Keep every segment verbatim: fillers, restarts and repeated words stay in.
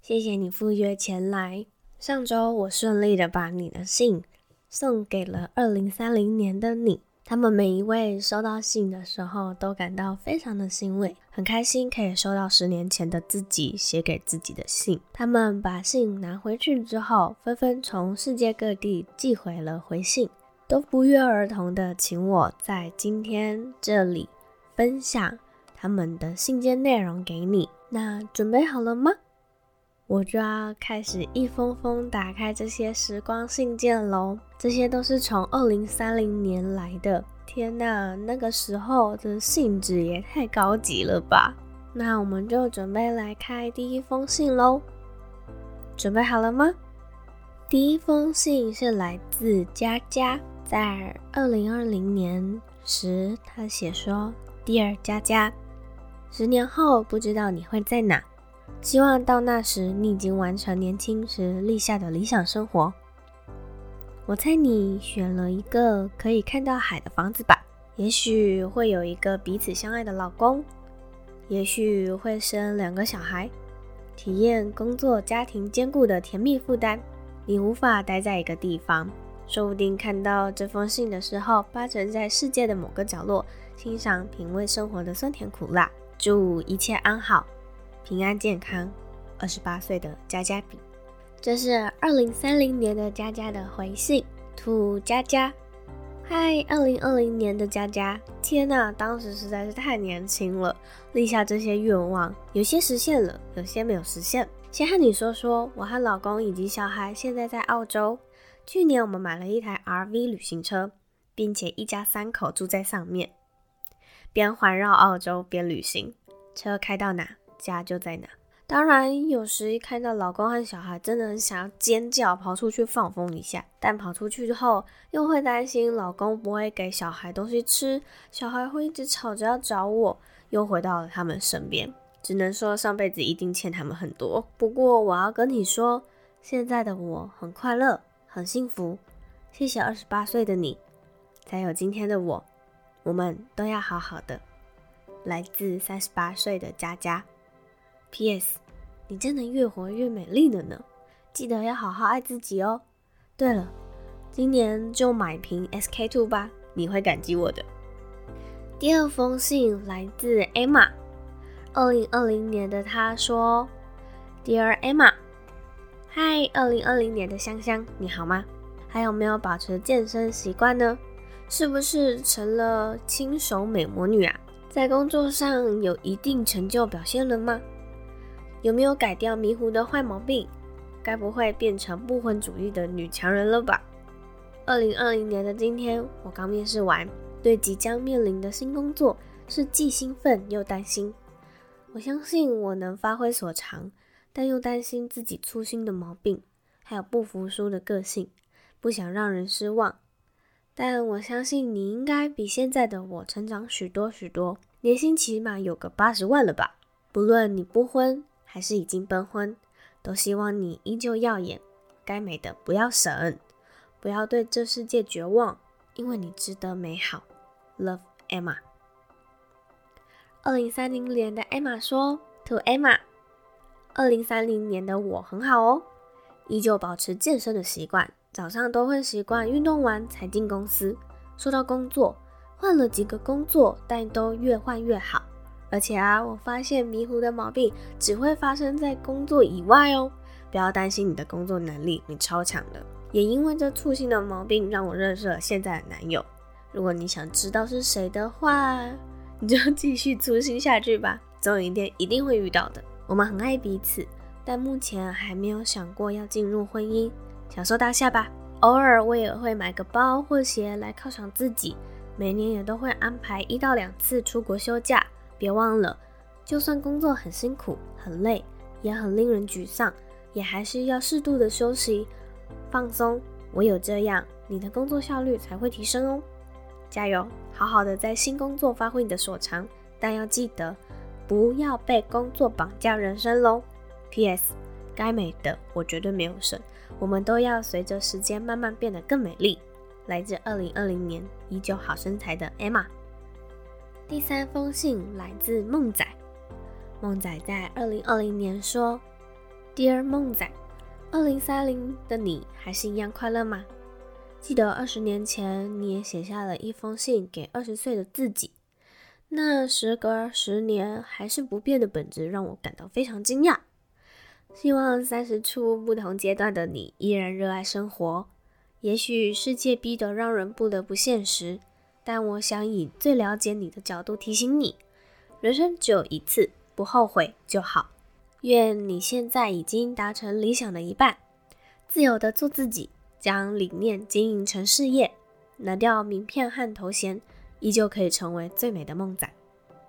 谢谢你赴约前来。上周我顺利的把你的信送给了二零三零年的你，他们每一位收到信的时候都感到非常的欣慰，很开心可以收到十年前的自己写给自己的信。他们把信拿回去之后，纷纷从世界各地寄回了回信，都不约而同的请我在今天这里分享他们的信件内容给你。那准备好了吗？我就要开始一封封打开这些时光信件咯。这些都是从二零三零年来的。天哪，那个时候的信纸也太高级了吧。那我们就准备来开第一封信咯。准备好了吗？第一封信是来自佳佳，在二零二零年时他写说 Dear 佳佳，十年后不知道你会在哪，希望到那时你已经完成年轻时立下的理想生活。我猜你选了一个可以看到海的房子吧，也许会有一个彼此相爱的老公，也许会生两个小孩，体验工作家庭兼顾的甜蜜负担。你无法待在一个地方，说不定看到这封信的时候，八成在世界的某个角落欣赏品味生活的酸甜苦辣。祝一切安好，平安健康。二十八岁的佳佳比。这是二零三零年的佳佳的回信，to 佳佳。嗨，二零二零年的佳佳，天哪，当时实在是太年轻了，立下这些愿望，有些实现了，有些没有实现。先和你说说，我和老公以及小孩现在在澳洲。去年我们买了一台 R V 旅行车，并且一家三口住在上面，边环绕澳洲边旅行，车开到哪，家就在哪。当然，有时一看到老公和小孩，真的很想要尖叫，跑出去放风一下。但跑出去之后，又会担心老公不会给小孩东西吃，小孩会一直吵着要找我，又回到了他们身边。只能说上辈子一定欠他们很多。不过我要跟你说，现在的我很快乐，很幸福。谢谢二十八岁的你，才有今天的我。我们都要好好的。来自三十八岁的佳佳。P S 你真的越活越美丽了呢，记得要好好爱自己哦。对了，今年就买瓶 S K 二 吧，你会感激我的。第二封信来自 Emma， 二零二零年的她说 Dear Emma， 嗨，二零二零年的香香，你好吗？还有没有保持健身习惯呢？是不是成了轻熟美魔女啊？在工作上有一定成就表现了吗？有没有改掉迷糊的坏毛病？该不会变成不婚主义的女强人了吧？二零二零年的今天，我刚面试完，对即将面临的新工作是既兴奋又担心。我相信我能发挥所长，但又担心自己粗心的毛病，还有不服输的个性，不想让人失望。但我相信你应该比现在的我成长许多许多，年薪起码有个八十万了吧？不论你不婚还是已经奔婚，都希望你依旧耀眼，该美的不要省，不要对这世界绝望，因为你值得美好。 Love Emma。 二零三零年的 Emma 说 To Emma， 二零三零年的我很好哦，依旧保持健身的习惯，早上都会习惯运动完才进公司。说到工作，换了几个工作，但都越换越好。而且啊，我发现迷糊的毛病只会发生在工作以外哦。不要担心你的工作能力，你超强的。也因为这粗心的毛病，让我认识了现在的男友。如果你想知道是谁的话，你就继续粗心下去吧，总有一天一定会遇到的。我们很爱彼此，但目前还没有想过要进入婚姻，享受当下吧。偶尔我也会买个包或鞋来犒赏自己，每年也都会安排一到两次出国休假。别忘了，就算工作很辛苦很累，也很令人沮丧，也还是要适度的休息放松，唯有这样你的工作效率才会提升哦。加油，好好的在新工作发挥你的所长，但要记得不要被工作绑架人生咯。 P S 该美的我绝对没有省，我们都要随着时间慢慢变得更美丽。来自二零二零年依旧好身材的 Emma。第三封信来自梦仔，梦仔在二零二零年说 Dear 梦仔，二零三零的你还是一样快乐吗？记得二十年前你也写下了一封信给二十岁的自己，那时隔十年还是不变的本质让我感到非常惊讶。希望三十出不同阶段的你依然热爱生活，也许世界逼得让人不得不现实，但我想以最了解你的角度提醒你，人生只有一次，不后悔就好。愿你现在已经达成理想的一半，自由的做自己，将理念经营成事业，拿掉名片和头衔，依旧可以成为最美的梦仔。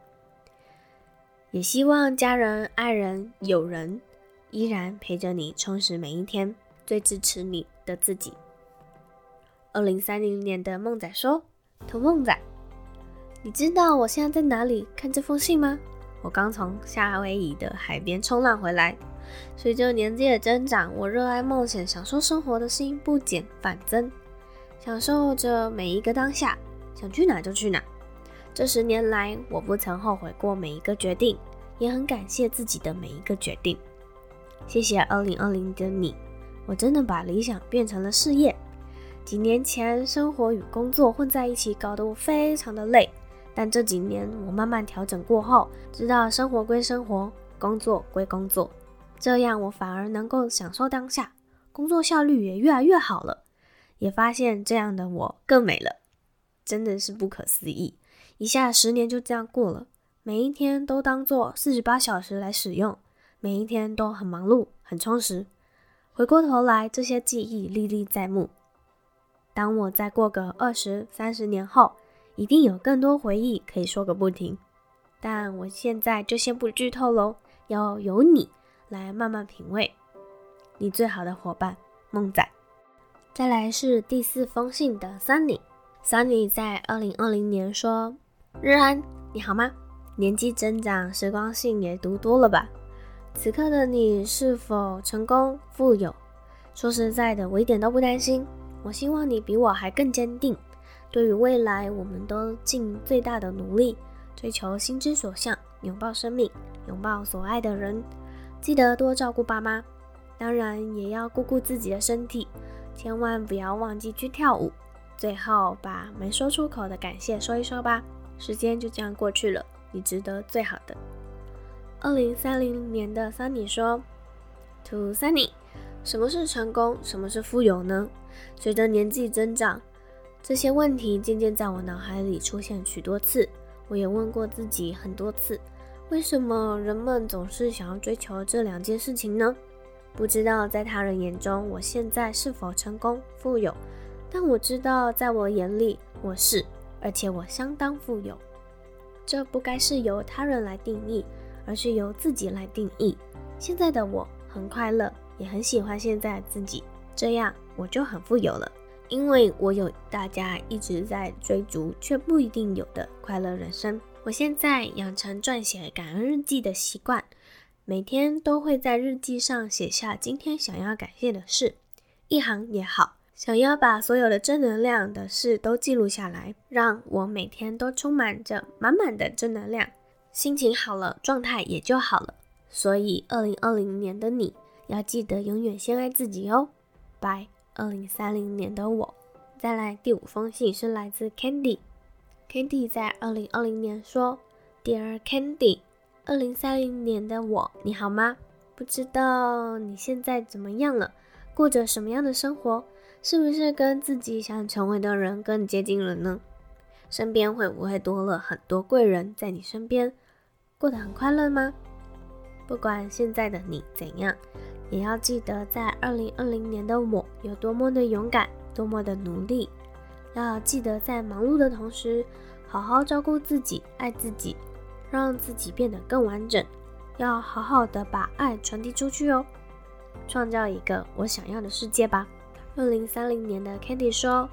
也希望家人、爱人、友人依然陪着你充实每一天，最支持你的自己。二零三零年的梦仔说，图梦仔，你知道我现在在哪里看这封信吗？我刚从夏威夷的海边冲浪回来。随着年纪的增长，我热爱冒险、享受生活的心不减反增，享受着每一个当下，想去哪就去哪。这十年来，我不曾后悔过每一个决定，也很感谢自己的每一个决定。谢谢二零二零的你，我真的把理想变成了事业。几年前，生活与工作混在一起，搞得我非常的累。但这几年我慢慢调整过后，知道生活归生活，工作归工作，这样我反而能够享受当下，工作效率也越来越好了。也发现这样的我更美了，真的是不可思议。一下十年就这样过了，每一天都当作四十八小时来使用，每一天都很忙碌，很充实。回过头来，这些记忆历历在目。当我再过个二十、三十年后，一定有更多回忆可以说个不停。但我现在就先不剧透咯，要由你来慢慢品味。你最好的伙伴，梦仔。再来是第四封信的 Sunny。Sunny 在二零二零年说，日安，你好吗？年纪增长，时光信也读多了吧？此刻的你是否成功富有？说实在的，我一点都不担心。我希望你比我还更坚定。对于未来，我们都尽最大的努力，追求心之所向，拥抱生命，拥抱所爱的人。记得多照顾爸妈，当然也要顾顾自己的身体，千万不要忘记去跳舞。最后把没说出口的感谢说一说吧，时间就这样过去了，你值得最好的。二零三零年的 Sunny 说 To Sunny， 什么是成功？什么是富有呢？随着年纪增长，这些问题渐渐在我脑海里出现许多次。我也问过自己很多次，为什么人们总是想要追求这两件事情呢？不知道在他人眼中我现在是否成功富有，但我知道在我眼里我是，而且我相当富有。这不该是由他人来定义，而是由自己来定义。现在的我很快乐，也很喜欢现在的自己，这样我就很富有了。因为我有大家一直在追逐却不一定有的快乐人生。我现在养成撰写感恩日记的习惯，每天都会在日记上写下今天想要感谢的事，一行也好，想要把所有的正能量的事都记录下来，让我每天都充满着满满的正能量，心情好了，状态也就好了。所以二零二零年的你要记得永远先爱自己哦。拜。二零三零年的我。再来第五封信是来自 Candy。 Candy 在二零二零年说 Dear Candy， 二零三零年的我，你好吗？不知道你现在怎么样了，过着什么样的生活，是不是跟自己想成为的人更接近了呢？身边会不会多了很多贵人在你身边，过得很快乐吗？不管现在的你怎样，也要记得在二零二零年的我有多么的勇敢，多么的努力。要记得在忙碌的同时，好好照顾自己，爱自己，让自己变得更完整。要好好的把爱传递出去哦，创造一个我想要的世界吧。二零三零年的 Candy 说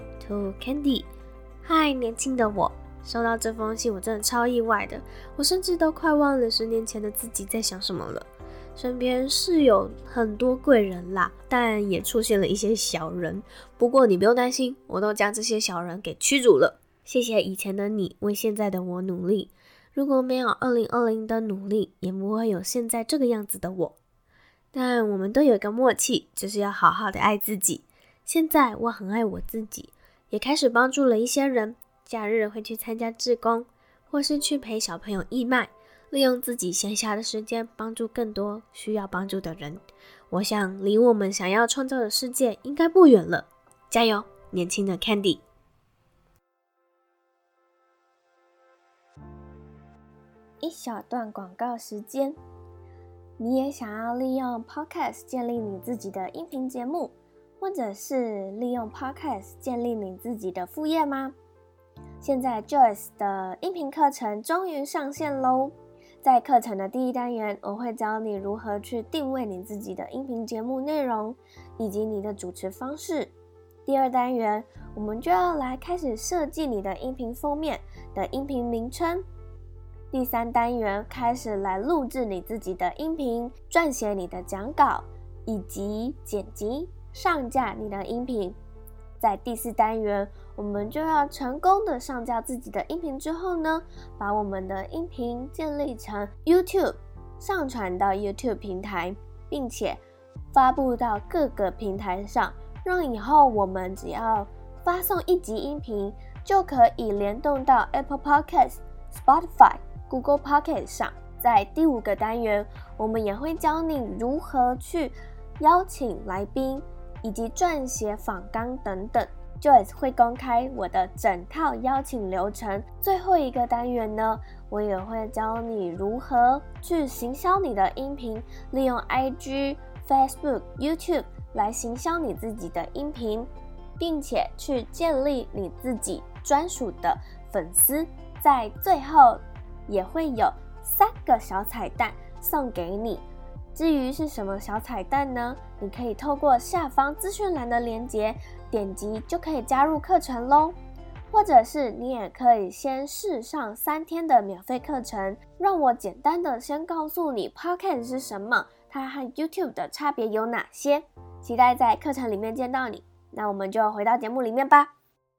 To Candy， 嗨，年轻的我，收到这封信我真的超意外的，我甚至都快忘了十年前的自己在想什么了。身边是有很多贵人啦，但也出现了一些小人，不过你不用担心，我都将这些小人给驱逐了。谢谢以前的你为现在的我努力，如果没有二零二零的努力，也不会有现在这个样子的我。 但我们都有一个默契，就是要好好的爱自己。现在我很爱我自己，也开始帮助了一些人，假日会去参加志工，或是去陪小朋友义卖，利用自己闲暇的时间帮助更多需要帮助的人。我想离我们想要创造的世界应该不远了，加油，年轻的 Candy。 一小段广告时间，你也想要利用 Podcast 建立你自己的音频节目，或者是利用 Podcast 建立你自己的副业吗？现在 Joyce 的音频课程终于上线咯。在课程的第一单元，我会教你如何去定位你自己的音频节目内容，以及你的主持方式。第二单元，我们就要来开始设计你的音频封面的音频名称。第三单元，开始来录制你自己的音频，撰写你的讲稿，以及剪辑、上架你的音频。在第四单元，我们就要成功的上架自己的音频之后呢，把我们的音频建立成 YouTube， 上传到 YouTube 平台，并且发布到各个平台上，让以后我们只要发送一集音频，就可以联动到 Apple Podcast、Spotify、Google Podcast 上。在第五个单元，我们也会教你如何去邀请来宾，以及撰写访纲等等。Joyce 会公开我的整套邀请流程。最后一个单元呢，我也会教你如何去行销你的音频，利用 I G、Facebook、YouTube 来行销你自己的音频，并且去建立你自己专属的粉丝。在最后也会有三个小彩蛋送给你。至于是什么小彩蛋呢？你可以透过下方资讯栏的连结点击就可以加入课程咯。或者是你也可以先试上三天的免费课程，让我简单的先告诉你 Podcast 是什么，它和 YouTube 的差别有哪些。期待在课程里面见到你。那我们就回到节目里面吧。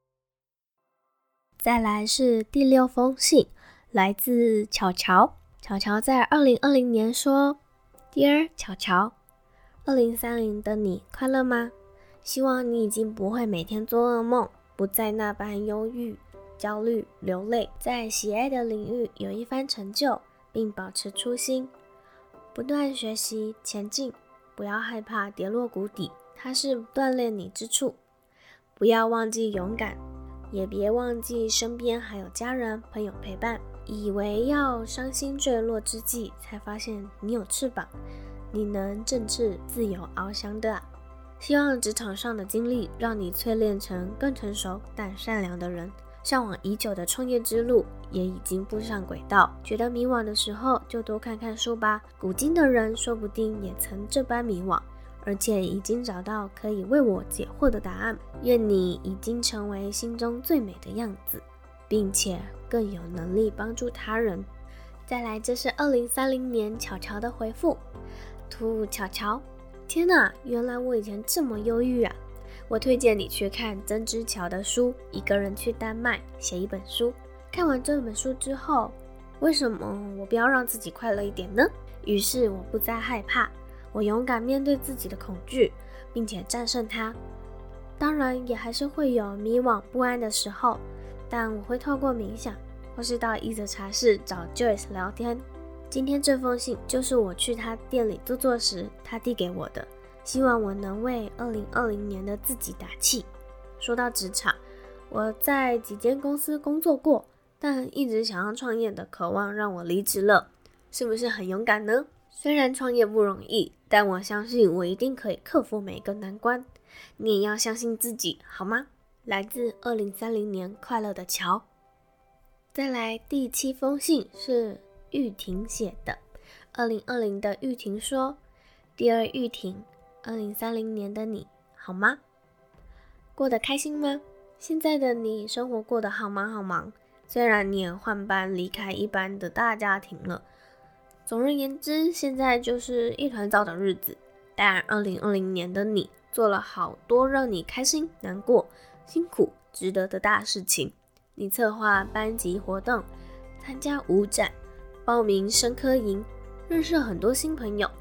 再来是第六封信，来自巧巧。巧巧在二零二零年说 Dear 巧巧，二零三零的你快乐吗？希望你已经不会每天做噩梦，不再那般忧郁、焦虑、流泪，在喜爱的领域有一番成就，并保持初心，不断学习前进，不要害怕跌落谷底，它是锻炼你之处。不要忘记勇敢，也别忘记身边还有家人朋友陪伴。以为要伤心坠落之际，才发现你有翅膀，你能振翅自由翱翔的啊！希望职场上的经历让你淬炼成更成熟但善良的人。向往已久的创业之路也已经步上轨道，觉得迷惘的时候就多看看书吧。古今的人说不定也曾这般迷惘，而且已经找到可以为我解惑的答案。愿你已经成为心中最美的样子，并且更有能力帮助他人。再来，这是二零三零年巧巧的回复。兔巧巧，天哪，原来我以前这么忧郁啊！我推荐你去看曾之乔的书《一个人去丹麦写一本书》。看完这本书之后，为什么我不要让自己快乐一点呢？于是我不再害怕，我勇敢面对自己的恐惧，并且战胜它。当然也还是会有迷惘不安的时候，但我会透过冥想或是到一则茶室找 Joyce 聊天。今天这封信就是我去他店里坐坐时他递给我的，希望我能为二零二零年的自己打气。说到职场，我在几间公司工作过，但一直想要创业的渴望让我离职了，是不是很勇敢呢？虽然创业不容易，但我相信我一定可以克服每一个难关。你也要相信自己，好吗？来自二零三零年快乐的乔。再来第七封信是玉婷写的。二零二零的玉婷说，第二玉婷，二零三零年的你好吗？过得开心吗？现在的你生活过得好忙好忙，虽然你也换班离开一般的大家庭了。总而言之，现在就是一团糟的日子。但二零二零年的你做了好多让你开心、难过、辛苦、值得的大事情。你策划班级活动，参加舞展，报名生科营，认识很多新朋友，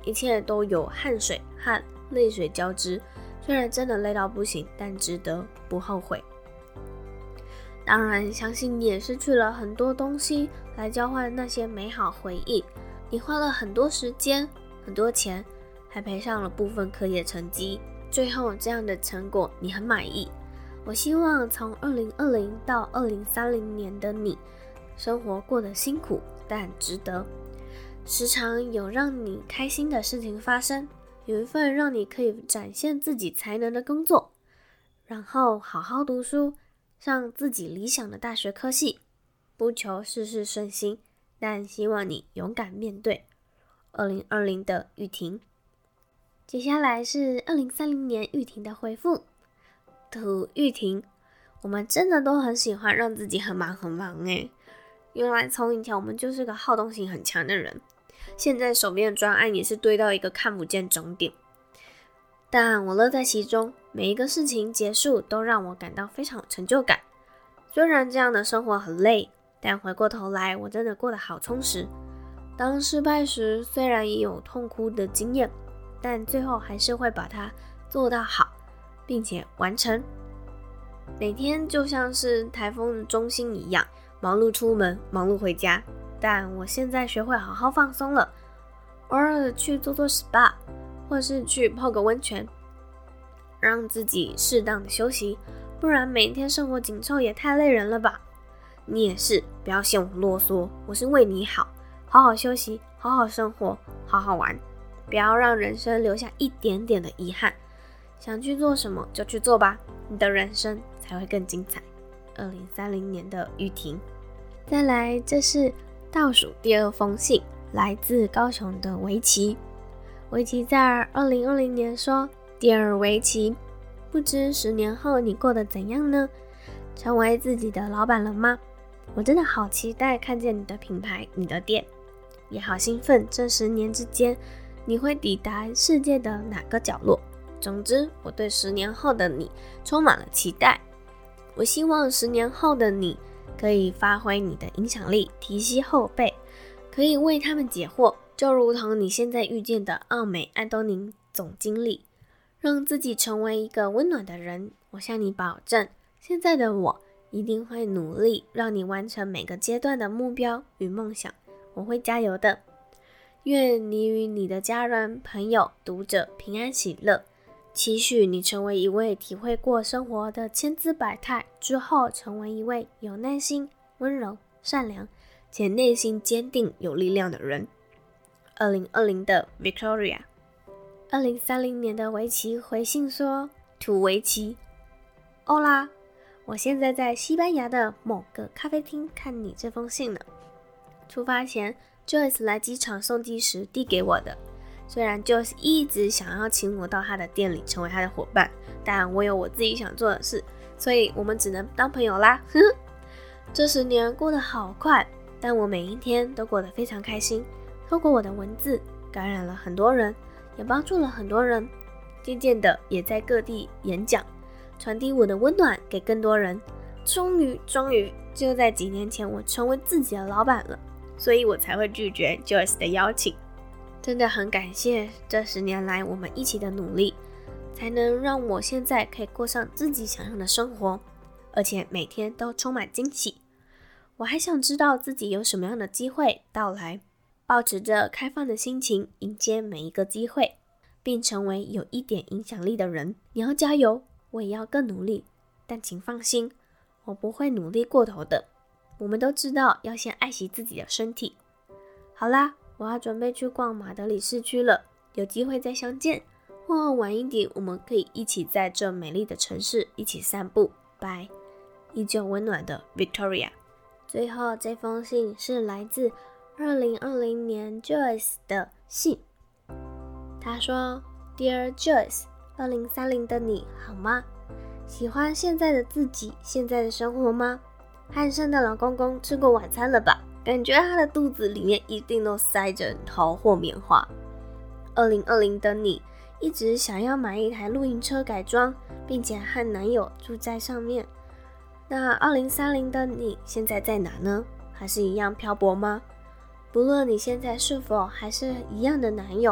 一切都有汗水和泪水交织，虽然真的累到不行，但值得，不后悔。当然，相信你也失去了很多东西来交换那些美好回忆，你花了很多时间、很多钱，还赔上了部分课业成绩，最后这样的成果你很满意。我希望从二零二零到二零三零年的你，生活过得辛苦，但值得。时常有让你开心的事情发生，有一份让你可以展现自己才能的工作，然后好好读书，上自己理想的大学科系，不求事事顺心，但希望你勇敢面对。二零二零的玉婷。接下来是二零三零年玉婷的回复。土玉婷，我们真的都很喜欢让自己很忙很忙诶，原来从以前我们就是个好动性很强的人，现在手边的专案也是堆到一个看不见终点，但我乐在其中，每一个事情结束都让我感到非常有成就感。虽然这样的生活很累，但回过头来我真的过得好充实。当失败时虽然也有痛哭的经验，但最后还是会把它做到好，并且完成。每天就像是台风的中心一样，忙碌出门，忙碌回家。但我现在学会好好放松了，偶尔去做做 S P A， 或是去泡个温泉，让自己适当的休息，不然每天生活紧凑也太累人了吧。你也是，不要嫌我啰嗦，我是为你好，好好休息，好好生活，好好玩，不要让人生留下一点点的遗憾。想去做什么就去做吧，你的人生才会更精彩。二零三零年的玉婷。再来，这是倒数第二封信，来自高雄的围棋。围棋在二零二零年说：第二围棋，不知十年后你过得怎样呢？成为自己的老板了吗？我真的好期待看见你的品牌，你的店，也好兴奋这十年之间你会抵达世界的哪个角落。总之，我对十年后的你充满了期待。我希望十年后的你可以发挥你的影响力，提携后辈，可以为他们解惑，就如同你现在遇见的奥美安东尼总经理，让自己成为一个温暖的人。我向你保证，现在的我一定会努力让你完成每个阶段的目标与梦想，我会加油的。愿你与你的家人、朋友、读者平安喜乐，期许你成为一位体会过生活的千姿百态之后，成为一位有耐心、温柔、善良且内心坚定有力量的人。二零二零的 Victoria。 二零三零年的围棋回信说：土围棋，欧啦，我现在在西班牙的某个咖啡厅看你这封信呢。出发前 Joyce 来机场送机时递给我的，虽然 Joyce 一直想要请我到他的店里成为他的伙伴，但我有我自己想做的事，所以我们只能当朋友啦。这十年过得好快，但我每一天都过得非常开心。透过我的文字感染了很多人，也帮助了很多人，渐渐的也在各地演讲，传递我的温暖给更多人。终于终于就在几年前我成为自己的老板了，所以我才会拒绝 Joyce 的邀请。真的很感谢这十年来我们一起的努力，才能让我现在可以过上自己想要的生活，而且每天都充满惊喜。我还想知道自己有什么样的机会到来，抱持着开放的心情迎接每一个机会，并成为有一点影响力的人。你要加油，我也要更努力，但请放心，我不会努力过头的。我们都知道要先爱惜自己的身体。好啦，我要准备去逛马德里市区了，有机会再相见，或晚一点我们可以一起在这美丽的城市一起散步。拜。依旧温暖的 Victoria。 最后这封信是来自二零二零年 Joyce 的信，他说： Dear Joyce， 二零三零的你好吗？喜欢现在的自己，现在的生活吗？和圣诞老公公吃过晚餐了吧？感觉他的肚子里面一定都塞着桃或棉花。二零二零的你一直想要买一台露营车改装，并且和男友住在上面。那二零三零的你现在在哪呢？还是一样漂泊吗？不论你现在是否还是一样的男友，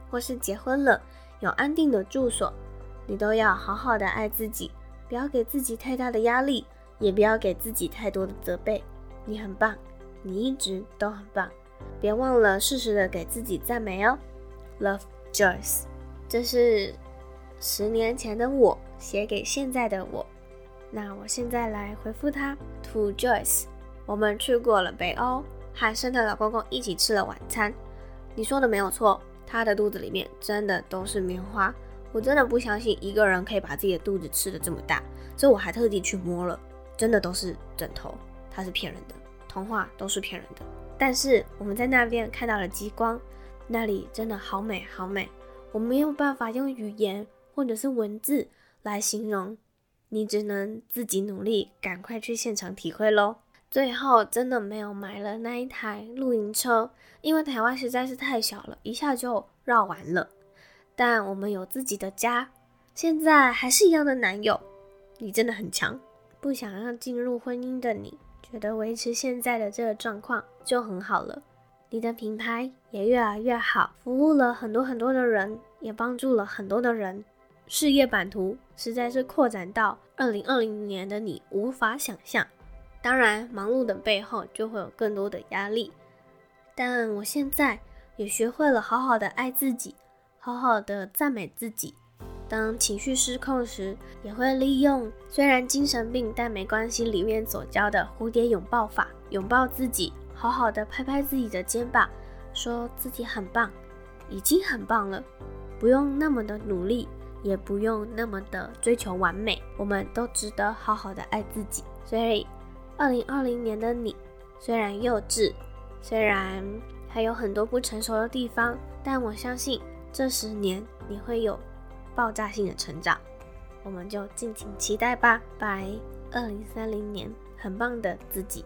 或是结婚了，有安定的住所，你都要好好的爱自己，不要给自己太大的压力，也不要给自己太多的责备。你很棒，你一直都很棒，别忘了适时的给自己赞美哦。 Love, Joyce。 这是十年前的我写给现在的我，那我现在来回复他。 To Joyce， 我们去过了北欧，和圣诞老公公一起吃了晚餐。你说的没有错，他的肚子里面真的都是棉花，我真的不相信一个人可以把自己的肚子吃得这么大，所以我还特地去摸了，真的都是枕头，他是骗人的，童话都是骗人的。但是我们在那边看到了极光，那里真的好美好美，我没有办法用语言或者是文字来形容，你只能自己努力，赶快去现场体会咯。最后真的没有买了那一台露营车，因为台湾实在是太小了，一下就绕完了。但我们有自己的家，现在还是一样的男友，你真的很强。不想要进入婚姻的你，觉得维持现在的这个状况就很好了。你的品牌也越来越好，服务了很多很多的人，也帮助了很多的人，事业版图实在是扩展到二零二零年的你无法想象。当然忙碌的背后就会有更多的压力，但我现在也学会了好好的爱自己，好好的赞美自己。当情绪失控时，也会利用虽然精神病但没关系里面所教的蝴蝶拥抱法，拥抱自己，好好的拍拍自己的肩膀，说自己很棒，已经很棒了，不用那么的努力，也不用那么的追求完美，我们都值得好好的爱自己。所以二零二零年的你虽然幼稚，虽然还有很多不成熟的地方，但我相信这十年你会有爆炸性的成长，我们就敬请期待吧。拜二零三零年很棒的自己。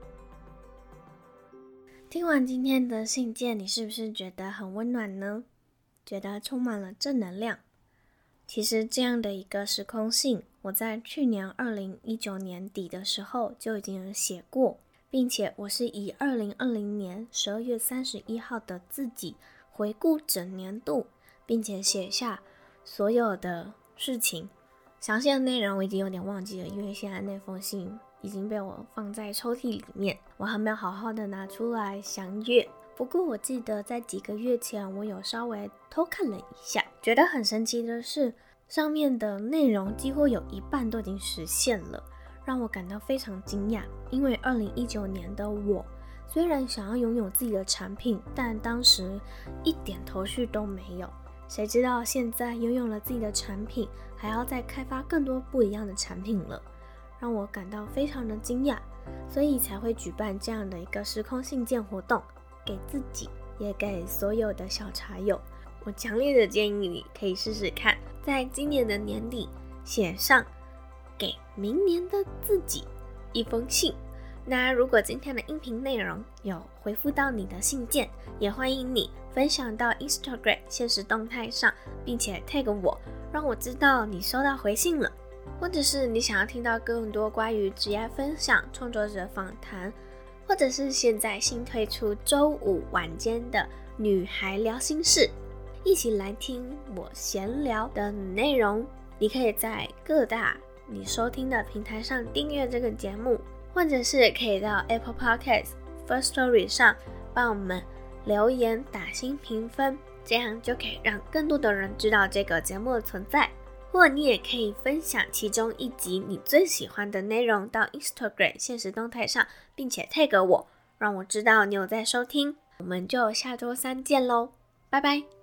听完今天的信件，你是不是觉得很温暖呢？觉得充满了正能量？其实这样的一个时空信，我在去年二零一九年底的时候就已经有写过，并且我是以二零二零年十二月三十一号的自己回顾整年度，并且写下所有的事情。详细的内容我已经有点忘记了，因为现在那封信已经被我放在抽屉里面，我还没有好好的拿出来详阅。不过我记得在几个月前我有稍微偷看了一下，觉得很神奇的是上面的内容几乎有一半都已经实现了，让我感到非常惊讶。因为二零一九年的我虽然想要拥有自己的产品，但当时一点头绪都没有，谁知道现在拥有了自己的产品，还要再开发更多不一样的产品了，让我感到非常的惊讶，所以才会举办这样的一个时空信件活动，给自己也给所有的小茶友。我强烈的建议你可以试试看，在今年的年底写上给明年的自己一封信。那如果今天的音频内容有回复到你的信件，也欢迎你分享到 Instagram 限时动态上，并且 tag 我，让我知道你收到回信了。或者是你想要听到更多关于职业分享、创作者访谈，或者是现在新推出周五晚间的女孩聊心事，一起来听我闲聊的内容。你可以在各大你收听的平台上订阅这个节目，或者是可以到 Apple Podcast、Firstory 上帮我们留言打星评分，这样就可以让更多的人知道这个节目的存在。或你也可以分享其中一集你最喜欢的内容到 Instagram 限时动态上，并且 tag 我，让我知道你有在收听。我们就下周三见咯，拜拜。